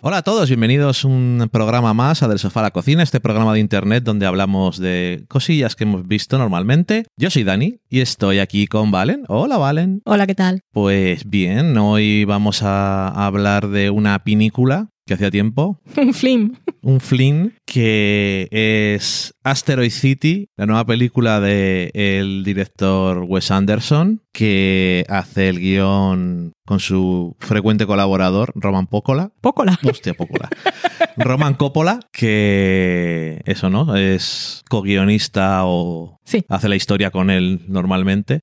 Hola a todos, bienvenidos a un programa más a Del Sofá a la Cocina, este programa de internet donde hablamos de cosillas que hemos visto normalmente. Yo soy Dani y estoy aquí con Valen. Hola, Valen. Hola, ¿qué tal? Pues bien, hoy vamos a hablar de una pinícula que hacía tiempo. Un film. Un film que es Asteroid City, la nueva película del director Wes Anderson, que hace el guión con su frecuente colaborador, Roman Coppola. Pócola. Hostia, Coppola. Roman Coppola, que eso, ¿no? Es co-guionista o sí, hace la historia con él normalmente.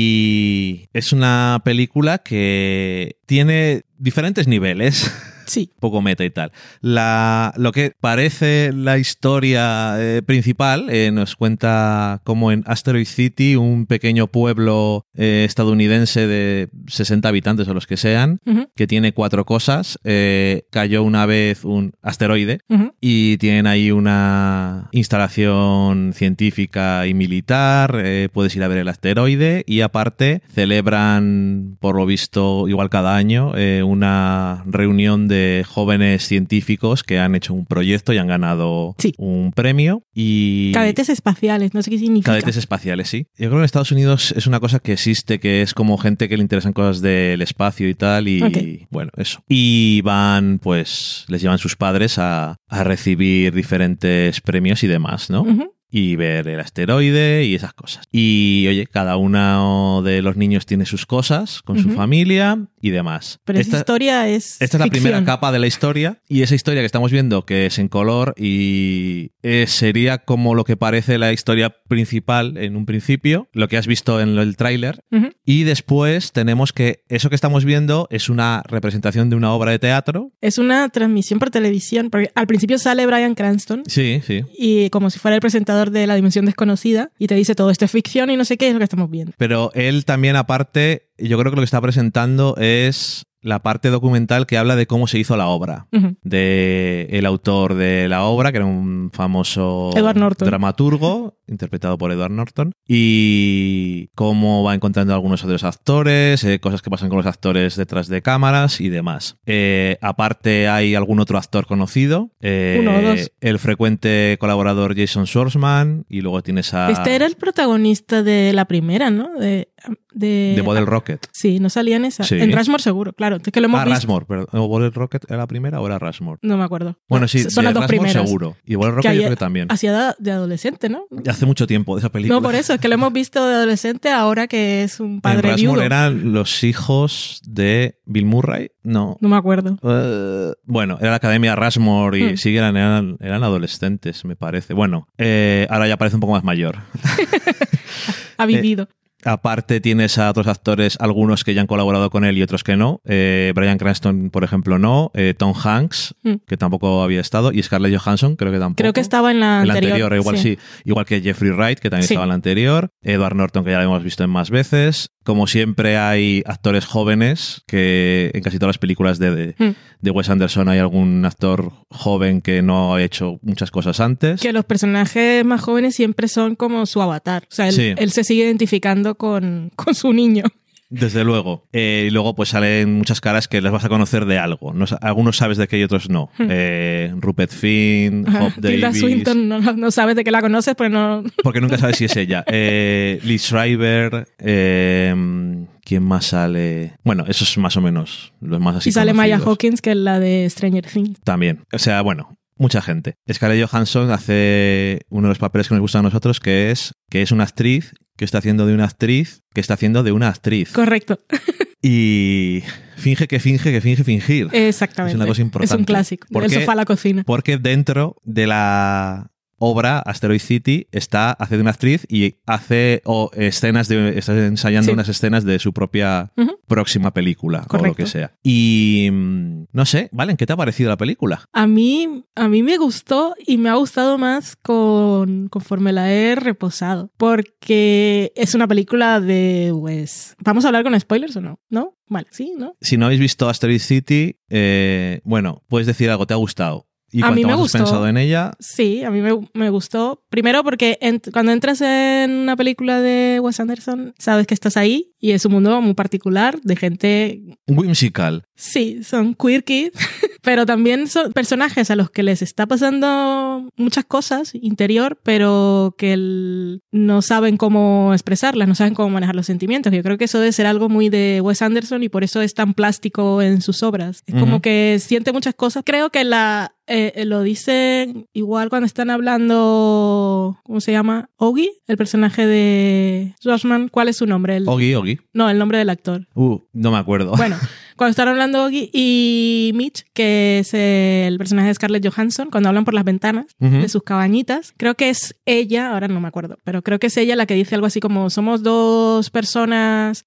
Y es una película que tiene diferentes niveles. Sí. Poco meta y tal. Lo que parece la historia principal nos cuenta cómo en Asteroid City, un pequeño pueblo estadounidense de 60 habitantes o los que sean, que tiene 4 cosas. Cayó una vez un asteroide y tienen ahí una instalación científica y militar. Puedes ir a ver el asteroide y aparte celebran, por lo visto, igual cada año, una reunión de jóvenes científicos que han hecho un proyecto y han ganado un premio. Y cadetes espaciales, no sé qué significa. Cadetes espaciales, sí. Yo creo que en Estados Unidos es una cosa que existe, que es como gente que le interesan cosas del espacio y tal, y bueno, eso. Y van, pues, les llevan sus padres a recibir diferentes premios y demás, ¿no? Y ver el asteroide y esas cosas. Y oye, cada uno de los niños tiene sus cosas con su familia y demás. Pero esta historia es Esta es la primera capa de la historia, y esa historia que estamos viendo, que es en color y sería como lo que parece la historia principal en un principio, lo que has visto en el tráiler. Y después tenemos que eso que estamos viendo es una representación de una obra de teatro. Es una transmisión por televisión, porque al principio sale Bryan Cranston. Sí, sí. Y como si fuera el presentador de La Dimensión Desconocida, y te dice todo esto es ficción y no sé qué es lo que estamos viendo. Pero él también, aparte, yo creo que lo que está presentando es la parte documental que habla de cómo se hizo la obra. De el autor de la obra, que era un famoso Edward Norton, dramaturgo, interpretado por Edward Norton, y cómo va encontrando algunos otros actores, cosas que pasan con los actores detrás de cámaras y demás. Aparte hay algún otro actor conocido. Uno o dos. El frecuente colaborador Jason Schwartzman, y luego tienes a... Este era el protagonista de la primera, ¿no? De Bottle Rocket. Sí, no salía en esa. Sí. En Rushmore seguro, claro. Es que lo hemos visto. Rushmore, pero ¿Bottle Rocket era la primera o era Rushmore? No me acuerdo. Bueno, sí, son las dos Rushmore primeras. seguro. Y Bottle Rocket yo creo que también. Hacía de adolescente, ¿no? Hace mucho tiempo de esa película. No, por eso, es que lo hemos visto de adolescente ahora que es un padre en viudo. Rushmore eran los hijos de Bill Murray. No me acuerdo. Bueno, era la Academia Rushmore y sí, eran adolescentes, me parece. Bueno, ahora ya parece un poco más mayor. Ha vivido. Aparte tienes a otros actores, algunos que ya han colaborado con él y otros que no. Bryan Cranston, por ejemplo, no. Tom Hanks, que tampoco había estado. Y Scarlett Johansson, creo que tampoco. Creo que estaba en la anterior. Igual sí. Igual que Jeffrey Wright, que también estaba en la anterior. Edward Norton, que ya lo hemos visto en más veces. Como siempre hay actores jóvenes, que en casi todas las películas de Wes Anderson hay algún actor joven que no ha hecho muchas cosas antes. Que los personajes más jóvenes siempre son como su avatar. O sea, él se sigue identificando con su niño. Desde luego. Y luego pues salen muchas caras que les vas a conocer de algo. Algunos sabes de qué y otros no. Rupert Friend, Hope Davis. Tilda Swinton no sabes de qué la conoces, pues no... Porque nunca sabes si es ella. Lee Schreiber. ¿Quién más sale? Bueno, esos más o menos los más así. Y sale conocidos. Maya Hawkins, que es la de Stranger Things. También. O sea, bueno, mucha gente. Scarlett Johansson hace uno de los papeles que nos gusta a nosotros, que es una actriz que está haciendo de una actriz que está haciendo de una actriz. Correcto. Y finge fingir. Exactamente. Es una cosa importante. Es un clásico. El Sofá a la Cocina. Porque dentro de la obra Asteroid City hace de una actriz y hace está ensayando unas escenas de su propia próxima película. Correcto. O lo que sea. Y no sé, Valen, ¿qué te ha parecido la película? A mí me gustó, y me ha gustado más conforme la he reposado, porque es una película de Wes. ¿Vamos a hablar con spoilers o no? ¿No? Vale, sí, ¿no? Si no habéis visto Asteroid City, bueno, puedes decir algo, ¿te ha gustado? ¿Y a mí me has gustó. pensado en ella? Sí, a mí me gustó. Primero porque cuando entras en una película de Wes Anderson, sabes que estás ahí y es un mundo muy particular de gente... Whimsical. Sí, son quirky, pero también son personajes a los que les está pasando muchas cosas interior, pero que no saben cómo expresarlas, no saben cómo manejar los sentimientos. Yo creo que eso debe ser algo muy de Wes Anderson y por eso es tan plástico en sus obras. Es como que siente muchas cosas. Creo que lo dicen igual cuando están hablando, ¿cómo se llama? Ogi, el personaje de Schwarzman. ¿Cuál es su nombre? Ogi. No, el nombre del actor. No me acuerdo. Bueno, cuando están hablando Ogi y Mitch, que es el personaje de Scarlett Johansson, cuando hablan por las ventanas de sus cabañitas, creo que es ella, ahora no me acuerdo, pero creo que es ella la que dice algo así como somos dos personas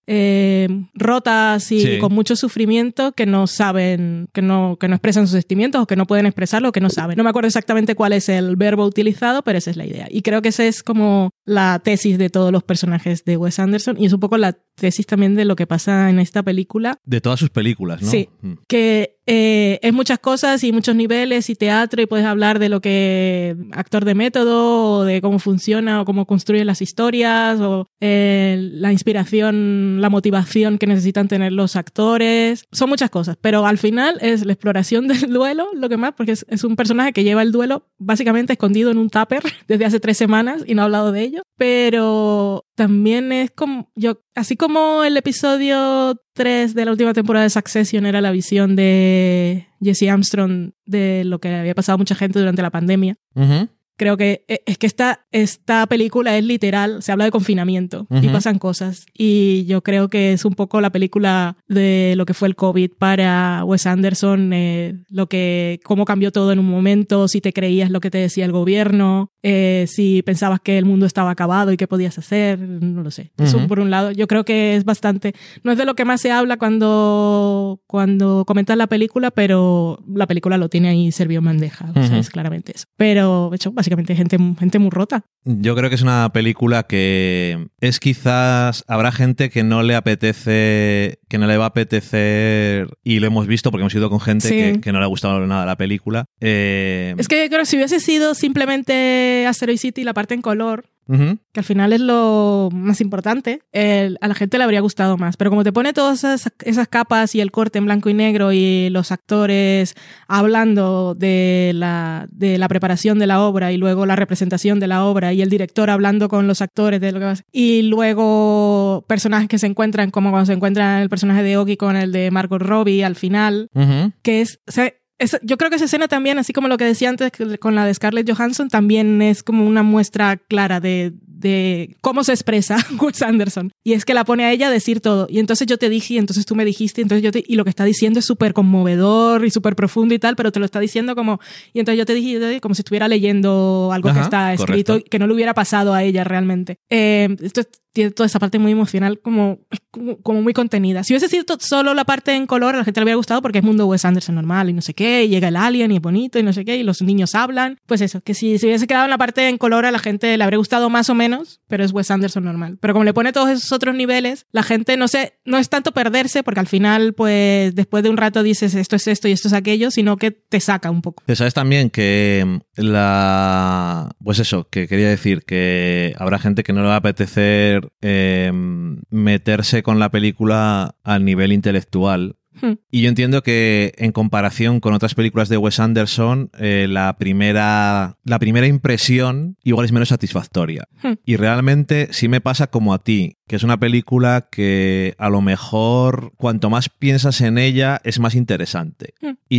rotas y con mucho sufrimiento que no saben, que no expresan sus sentimientos o que no pueden expresarlo o que no saben. No me acuerdo exactamente cuál es el verbo utilizado, pero esa es la idea. Y creo que esa es como la tesis de todos los personajes de Wes Anderson y es un poco la tesis también de lo que pasa en esta película. De todas sus películas, ¿no? Sí, que es muchas cosas y muchos niveles y teatro y puedes hablar de lo que actor de método o de cómo funciona o cómo construyen las historias o la inspiración, la motivación que necesitan tener los actores. Son muchas cosas, pero al final es la exploración del duelo lo que más, porque es un personaje que lleva el duelo básicamente escondido en un tupper desde hace 3 semanas y no ha hablado de ello, pero también es como así como el episodio 3 de la última temporada de Succession era la visión de Jesse Armstrong de lo que había pasado a mucha gente durante la pandemia. Creo que es que esta película es literal, se habla de confinamiento y pasan cosas. Y yo creo que es un poco la película de lo que fue el COVID para Wes Anderson, cómo cambió todo en un momento, si te creías lo que te decía el gobierno, si pensabas que el mundo estaba acabado y qué podías hacer, no lo sé. Eso por un lado. Yo creo que es bastante... No es de lo que más se habla cuando comentas la película, pero la película lo tiene ahí servido en bandeja. O sea, es claramente eso. Pero, de hecho, básicamente gente muy rota. Yo creo que es una película que es quizás... Habrá gente que no le apetece, que no le va a apetecer, y lo hemos visto porque hemos ido con gente que no le ha gustado nada la película. Es que creo que si hubiese sido simplemente Asteroid City, la parte en color, que al final es lo más importante, a la gente le habría gustado más. Pero como te pone todas esas capas y el corte en blanco y negro y los actores hablando de la preparación de la obra y luego la representación de la obra y el director hablando con los actores de lo que va a ser, y luego personajes que se encuentran, como cuando se encuentra el personaje de Ogi con el de Margot Robbie al final, que es... O sea, yo creo que esa escena también, así como lo que decía antes con la de Scarlett Johansson, también es como una muestra clara de cómo se expresa Wes Anderson. Y es que la pone a ella a decir todo. Y entonces yo te dije, y entonces tú me dijiste, y lo que está diciendo es súper conmovedor y súper profundo y tal, pero te lo está diciendo como... Y entonces yo te dije como si estuviera leyendo algo que está escrito, correcto, que no le hubiera pasado a ella realmente. Esto tiene toda esa parte muy emocional, como muy contenida. Si hubiese sido solo la parte en color, a la gente le hubiera gustado porque es mundo Wes Anderson normal y no sé qué, y llega el alien y es bonito y no sé qué, y los niños hablan. Pues eso, que si se hubiese quedado en la parte en color, a la gente le habría gustado más o menos, pero es Wes Anderson normal. Pero como le pone todos esos otros niveles, la gente no es tanto perderse, porque al final, pues después de un rato dices esto es esto y esto es aquello, sino que te saca un poco. Sabes también que pues eso, que quería decir que habrá gente que no le va a apetecer meterse con la película al nivel intelectual. Y yo entiendo que en comparación con otras películas de Wes Anderson, la primera impresión igual es menos satisfactoria. Y realmente sí me pasa como a ti, que es una película que a lo mejor cuanto más piensas en ella es más interesante.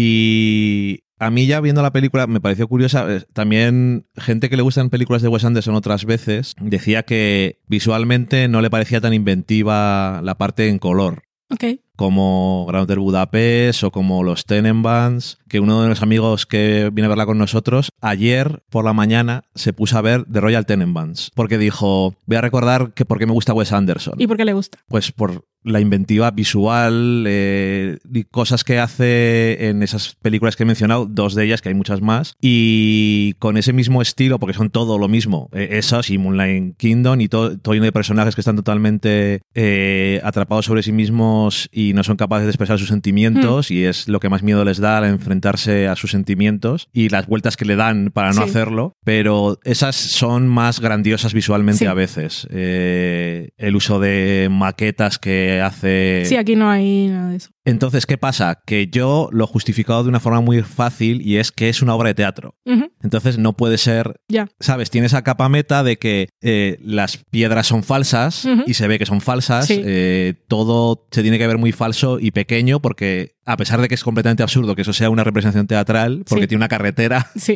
Y a mí ya viendo la película me pareció curiosa. También gente que le gustan películas de Wes Anderson otras veces decía que visualmente no le parecía tan inventiva la parte en color. Okay. Como Grand Hotel Budapest o como los Tenenbaums, que uno de los amigos que viene a verla con nosotros ayer por la mañana se puso a ver The Royal Tenenbaums porque dijo, voy a recordar que por qué me gusta Wes Anderson. ¿Y por qué le gusta? Pues por la inventiva visual, y cosas que hace en esas películas que he mencionado, 2 de ellas, que hay muchas más, y con ese mismo estilo, porque son todo lo mismo, esas y Moonlight Kingdom, y todo lleno de personajes que están totalmente atrapados sobre sí mismos y no son capaces de expresar sus sentimientos, y es lo que más miedo les da al enfrentarse a sus sentimientos y las vueltas que le dan para no hacerlo, pero esas son más grandiosas visualmente a veces. El uso de maquetas que hace... Sí, aquí no hay nada de eso. Entonces, ¿qué pasa? Que yo lo he justificado de una forma muy fácil y es que es una obra de teatro. Entonces no puede ser, ¿sabes? Tiene esa capa meta de que las piedras son falsas y se ve que son falsas. Sí. Todo se tiene que ver muy falso y pequeño porque, a pesar de que es completamente absurdo que eso sea una representación teatral, porque tiene una carretera... Sí.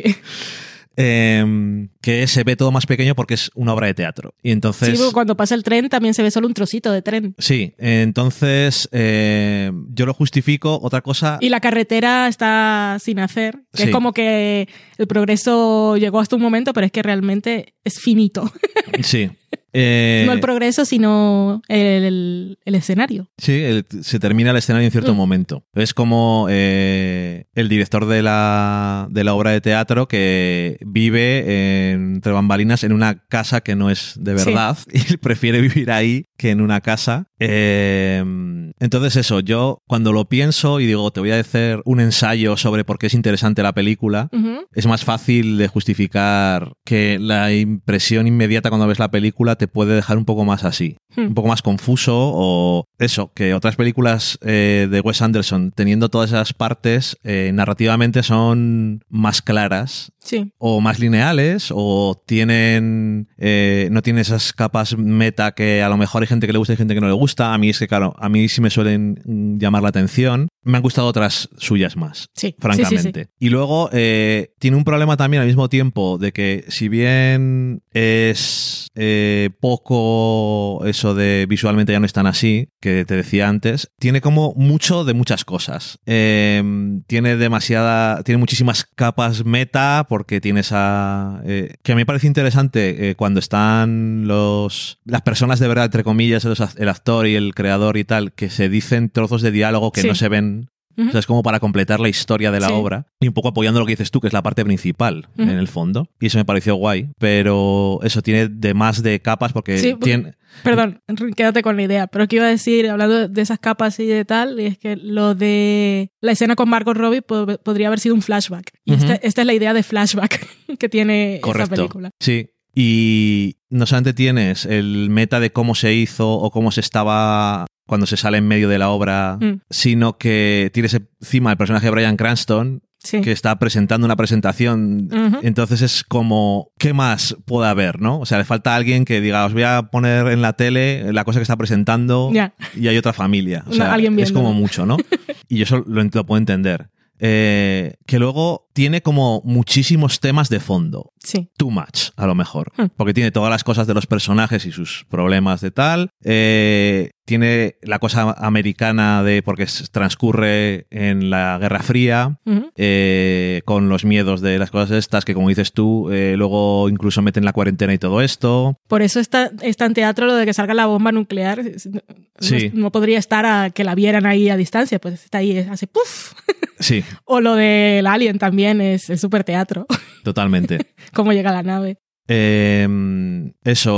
Que se ve todo más pequeño porque es una obra de teatro. Y entonces... Sí, cuando pasa el tren también se ve solo un trocito de tren. Sí, entonces yo lo justifico. Otra cosa... Y la carretera está sin hacer. Que Sí. es como que el progreso llegó hasta un momento, pero es que realmente es finito. Sí. No el progreso, sino el escenario. Sí, se termina el escenario en cierto momento. Es como el director de la obra de teatro que vive entre bambalinas en una casa que no es de verdad y prefiere vivir ahí que en una casa. Entonces eso, yo cuando lo pienso y digo, te voy a hacer un ensayo sobre por qué es interesante la película, es más fácil de justificar que la impresión inmediata cuando ves la película te puede dejar un poco más así, un poco más confuso, o eso, que otras películas de Wes Anderson, teniendo todas esas partes, narrativamente son más claras. Sí. O más lineales, o tienen no tienen esas capas meta que a lo mejor hay gente que le gusta y gente que no le gusta. A mí es que, claro, a mí sí me suelen llamar la atención. Me han gustado otras suyas más, francamente. Sí. Y luego tiene un problema también al mismo tiempo de que si bien es poco eso de visualmente ya no es tan así, que te decía antes, tiene como mucho de muchas cosas. Tiene muchísimas capas meta, porque tiene esa... que a mí me parece interesante cuando están las personas de verdad, entre comillas, el actor y el creador y tal, que se dicen trozos de diálogo que no se ven. O sea, es como para completar la historia de la obra y un poco apoyando lo que dices tú, que es la parte principal en el fondo. Y eso me pareció guay, pero eso tiene de más de capas porque tiene... Perdón, quédate con la idea, pero que iba a decir, hablando de esas capas y de tal, y es que lo de la escena con Margot Robbie podría haber sido un flashback. Y esta es la idea de flashback que tiene esta película. Sí. Y no solamente tienes el meta de cómo se hizo o cómo se estaba cuando se sale en medio de la obra, sino que tienes encima el personaje de Bryan Cranston que está presentando una presentación. Entonces es como, ¿qué más puede haber, no? O sea, le falta alguien que diga, os voy a poner en la tele la cosa que está presentando y hay otra familia. O sea, es como mucho, ¿no? Y yo eso lo puedo entender. Que luego tiene como muchísimos temas de fondo. Sí. Too much, a lo mejor. Porque tiene todas las cosas de los personajes y sus problemas de tal. Tiene la cosa americana de porque transcurre en la Guerra Fría, con los miedos de las cosas estas que, como dices tú, luego incluso meten la cuarentena y todo esto. Por eso está en teatro lo de que salga la bomba nuclear. No podría estar a que la vieran ahí a distancia, pues está ahí, hace ¡puf! Sí. O lo del Alien también es súper teatro. Totalmente. Cómo llega la nave. Salen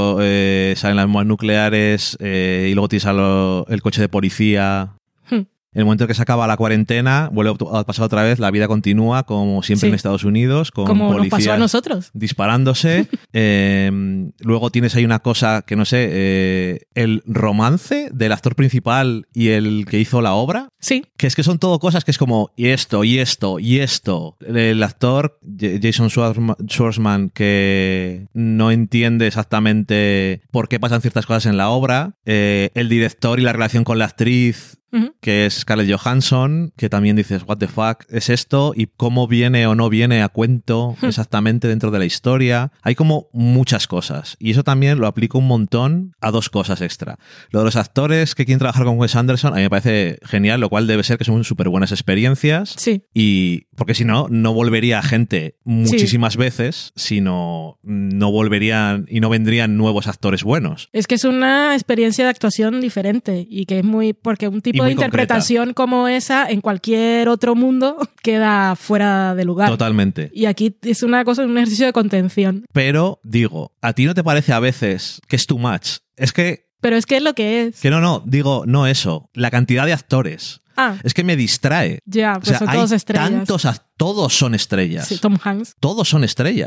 las bombas nucleares y luego tienes el coche de policía. En el momento en que se acaba la cuarentena, vuelve a pasar otra vez, la vida continúa como siempre en Estados Unidos, con como policías nos pasó a nosotros, disparándose. Luego tienes ahí una cosa que no sé, el romance del actor principal y el que hizo la obra. Sí. Que es que son todo cosas que es como, y esto. El actor, Jason Schwartzman, que no entiende exactamente por qué pasan ciertas cosas en la obra. El director y la relación con la actriz, que es Scarlett Johansson, que también dices, what the fuck es esto, y cómo viene o no viene a cuento exactamente dentro de la historia. Hay como muchas cosas, y eso también lo aplico un montón a dos cosas extra. Lo de los actores que quieren trabajar con Wes Anderson a mí me parece genial, lo cual debe ser que son súper buenas experiencias. Sí. Y porque si no, no volvería gente muchísimas veces, sino no volverían y no vendrían nuevos actores buenos. Es que es una experiencia de actuación diferente y que es porque un tipo de interpretación como esa en cualquier otro mundo queda fuera de lugar. Totalmente. Y aquí es un ejercicio de contención. Pero digo, ¿a ti no te parece a veces que es too much? Pero es que es lo que es. Que no eso. La cantidad de actores. Es que me distrae. Ya, pues son todos estrellas. Todos son estrellas. Sí, Tom Hanks. Todos son estrellas.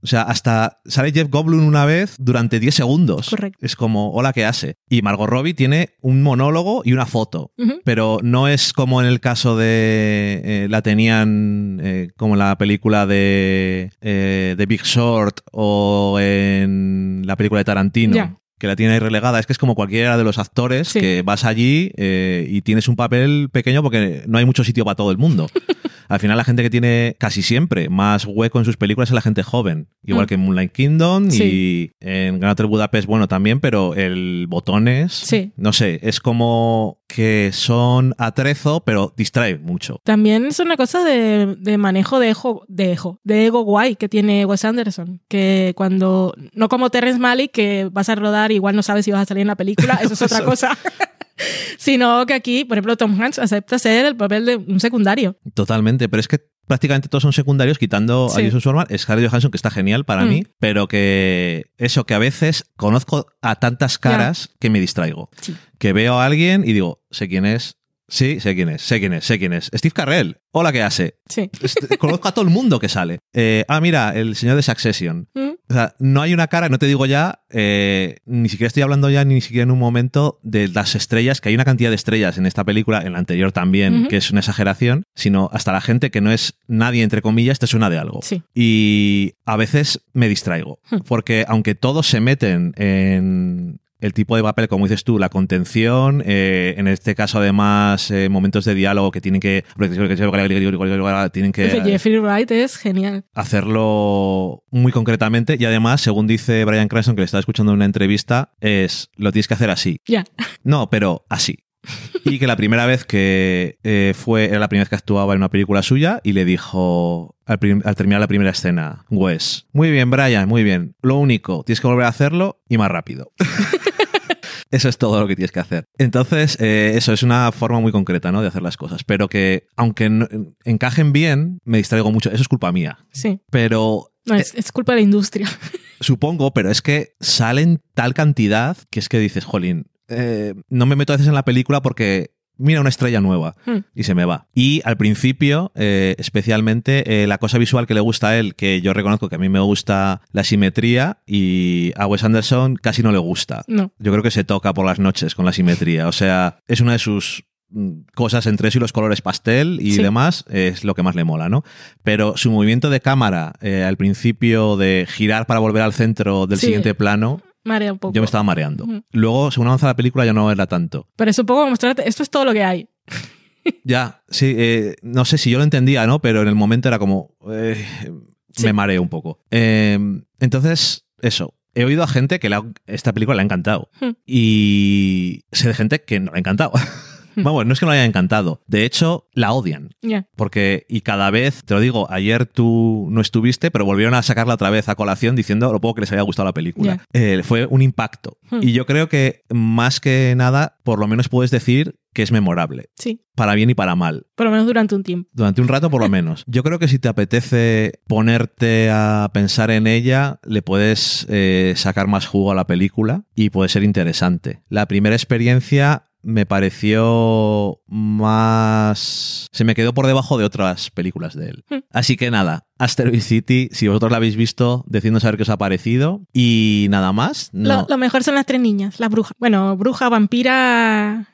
O sea, hasta sale Jeff Goldblum una vez durante 10 segundos. Correcto. Es como, hola, ¿qué hace? Y Margot Robbie tiene un monólogo y una foto. Pero no es como en el caso de... la tenían como en la película de The Big Short o en la película de Tarantino. Ya. Que la tiene ahí relegada. Es que es como cualquiera de los actores que vas allí y tienes un papel pequeño porque no hay mucho sitio para todo el mundo. Al final la gente que tiene casi siempre más hueco en sus películas es la gente joven. Igual que en Moonlight Kingdom y en Grand Hotel Budapest, bueno, también, pero el Botones, no sé, es como que son atrezo, pero distrae mucho. También es una cosa de manejo de ego guay que tiene Wes Anderson, que cuando, no como Terrence Malick, que vas a rodar y igual no sabes si vas a salir en la película, eso es otra cosa. Sino que aquí, por ejemplo, Tom Hanks acepta ser el papel de un secundario. Totalmente, pero es que prácticamente todos son secundarios, quitando a Jason Schwartzman, Scarlett Johansson, que está genial para mí, pero que eso, que a veces conozco a tantas caras que me distraigo. Sí. Que veo a alguien y digo, sé quién es. Sí, sé quién es. Steve Carell. Hola, ¿qué hace? Sí. Conozco a todo el mundo que sale. Mira, el señor de Succession. O sea, no hay una cara, no te digo ya, ni siquiera estoy hablando ya ni siquiera en un momento de las estrellas, que hay una cantidad de estrellas en esta película, en la anterior también, que es una exageración, sino hasta la gente que no es nadie, entre comillas, te suena de algo. Sí. Y a veces me distraigo, porque aunque todos se meten en el tipo de papel, como dices tú, la contención, en este caso además momentos de diálogo que tienen que Jeffrey Wright es genial. Hacerlo muy concretamente y además, según dice Bryan Cranston, que le estaba escuchando en una entrevista, lo tienes que hacer así. Ya. No, pero así. Y que la primera vez que era la primera vez que actuaba en una película suya y le dijo al terminar la primera escena, Wes, muy bien, Bryan, muy bien. Lo único, tienes que volver a hacerlo y más rápido. Eso es todo lo que tienes que hacer. Entonces, eso es una forma muy concreta, ¿no?, de hacer las cosas. Pero que, aunque no, encajen bien, me distraigo mucho. Eso es culpa mía. Sí. Pero... No, es culpa de la industria. Supongo, pero es que salen tal cantidad que es que dices, jolín, no me meto a veces en la película porque... Mira una estrella nueva y se me va. Y al principio, especialmente, la cosa visual que le gusta a él, que yo reconozco que a mí me gusta la simetría y a Wes Anderson casi no le gusta. No. Yo creo que se toca por las noches con la simetría. O sea, es una de sus cosas entre eso y los colores pastel y demás, es lo que más le mola, ¿no? Pero su movimiento de cámara al principio de girar para volver al centro del siguiente plano... Marea un poco. Yo me estaba mareando. Luego, según avanza la película, ya no era tanto. Pero es un poco mostrarte, esto es todo lo que hay. Ya, sí, no sé si yo lo entendía, ¿no? Pero en el momento era como... me mareo un poco. Entonces, eso. He oído a gente que esta película le ha encantado. Y sé de gente que no le ha encantado. Vamos, no es que no le haya encantado. De hecho, la odian. Yeah. Porque, y cada vez, te lo digo, ayer tú no estuviste, pero volvieron a sacarla otra vez a colación diciendo lo poco que les había gustado la película. Fue un impacto. Y yo creo que, más que nada, por lo menos puedes decir que es memorable. Sí. Para bien y para mal. Por lo menos durante un tiempo. Durante un rato, por lo menos. Yo creo que si te apetece ponerte a pensar en ella, le puedes sacar más jugo a la película y puede ser interesante. La primera experiencia... me pareció más... Se me quedó por debajo de otras películas de él. Así que nada, Asteroid City, si vosotros la habéis visto, decidnos a ver qué os ha parecido. Y nada más. No. Lo mejor son las tres niñas, las brujas. Bueno, bruja, vampira...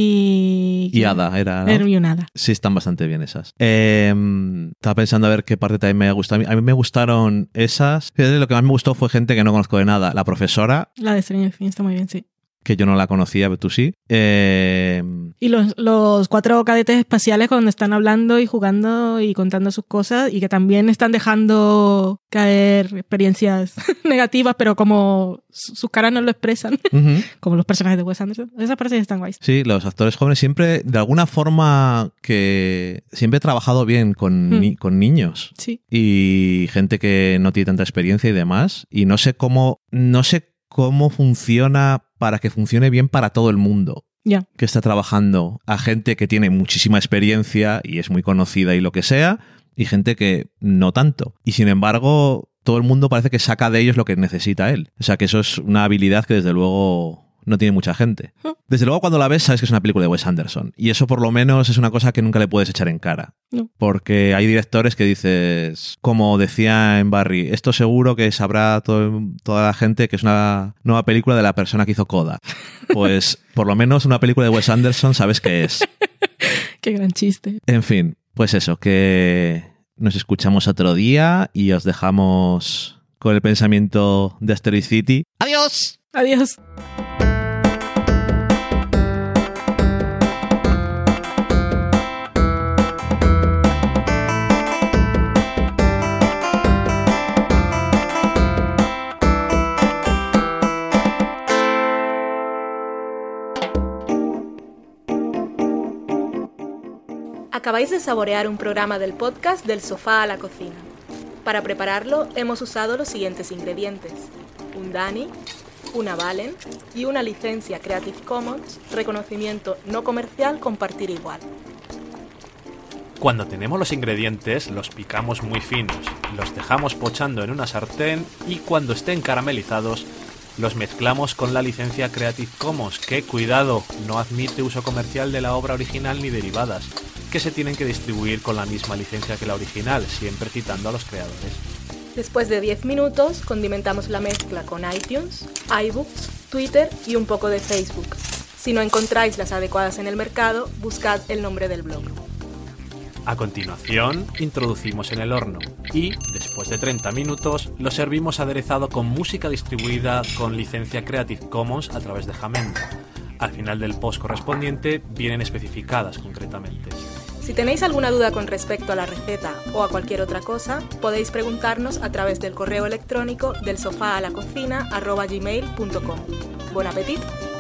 Y hada era, ¿no? Y un hada. Sí, están bastante bien esas. Estaba pensando a ver qué parte también me ha gustado. A mí me gustaron esas. Lo que más me gustó fue gente que no conozco de nada. La profesora. La de Stranger Things está muy bien, sí. Que yo no la conocía, pero tú sí. Y los 4 cadetes espaciales cuando están hablando y jugando y contando sus cosas y que también están dejando caer experiencias negativas, pero como sus caras no lo expresan, como los personajes de Wes Anderson. Esas partes están guays. Sí, los actores jóvenes siempre, de alguna forma, que siempre he trabajado bien con niños. Sí. Y gente que no tiene tanta experiencia y demás. Y no sé cómo funciona para que funcione bien para todo el mundo que está trabajando. A gente que tiene muchísima experiencia y es muy conocida y lo que sea, y gente que no tanto. Y sin embargo, todo el mundo parece que saca de ellos lo que necesita él. O sea que eso es una habilidad que desde luego no tiene mucha gente. Desde luego cuando la ves sabes que es una película de Wes Anderson, y eso por lo menos es una cosa que nunca le puedes echar en cara. No. Porque hay directores que dices, como decía en Barry, esto seguro que sabrá toda la gente que es una nueva película de la persona que hizo Coda. Pues por lo menos una película de Wes Anderson sabes que es. Qué gran chiste. En fin, pues eso, que nos escuchamos otro día y os dejamos con el pensamiento de Asteroid City. ¡Adiós! Adiós. Acabáis de saborear un programa del podcast Del sofá a la cocina. Para prepararlo hemos usado los siguientes ingredientes: un Dani, una Valen y una licencia Creative Commons, reconocimiento no comercial, compartir igual. Cuando tenemos los ingredientes los picamos muy finos, los dejamos pochando en una sartén y cuando estén caramelizados los mezclamos con la licencia Creative Commons, que, cuidado, no admite uso comercial de la obra original ni derivadas, que se tienen que distribuir con la misma licencia que la original, siempre citando a los creadores. Después de 10 minutos, condimentamos la mezcla con iTunes, iBooks, Twitter y un poco de Facebook. Si no encontráis las adecuadas en el mercado, buscad el nombre del blog. A continuación, introducimos en el horno y, después de 30 minutos, lo servimos aderezado con música distribuida con licencia Creative Commons a través de Jamendo. Al final del post correspondiente vienen especificadas concretamente. Si tenéis alguna duda con respecto a la receta o a cualquier otra cosa, podéis preguntarnos a través del correo electrónico delsofaalacocina@gmail.com. ¡Bon appetit!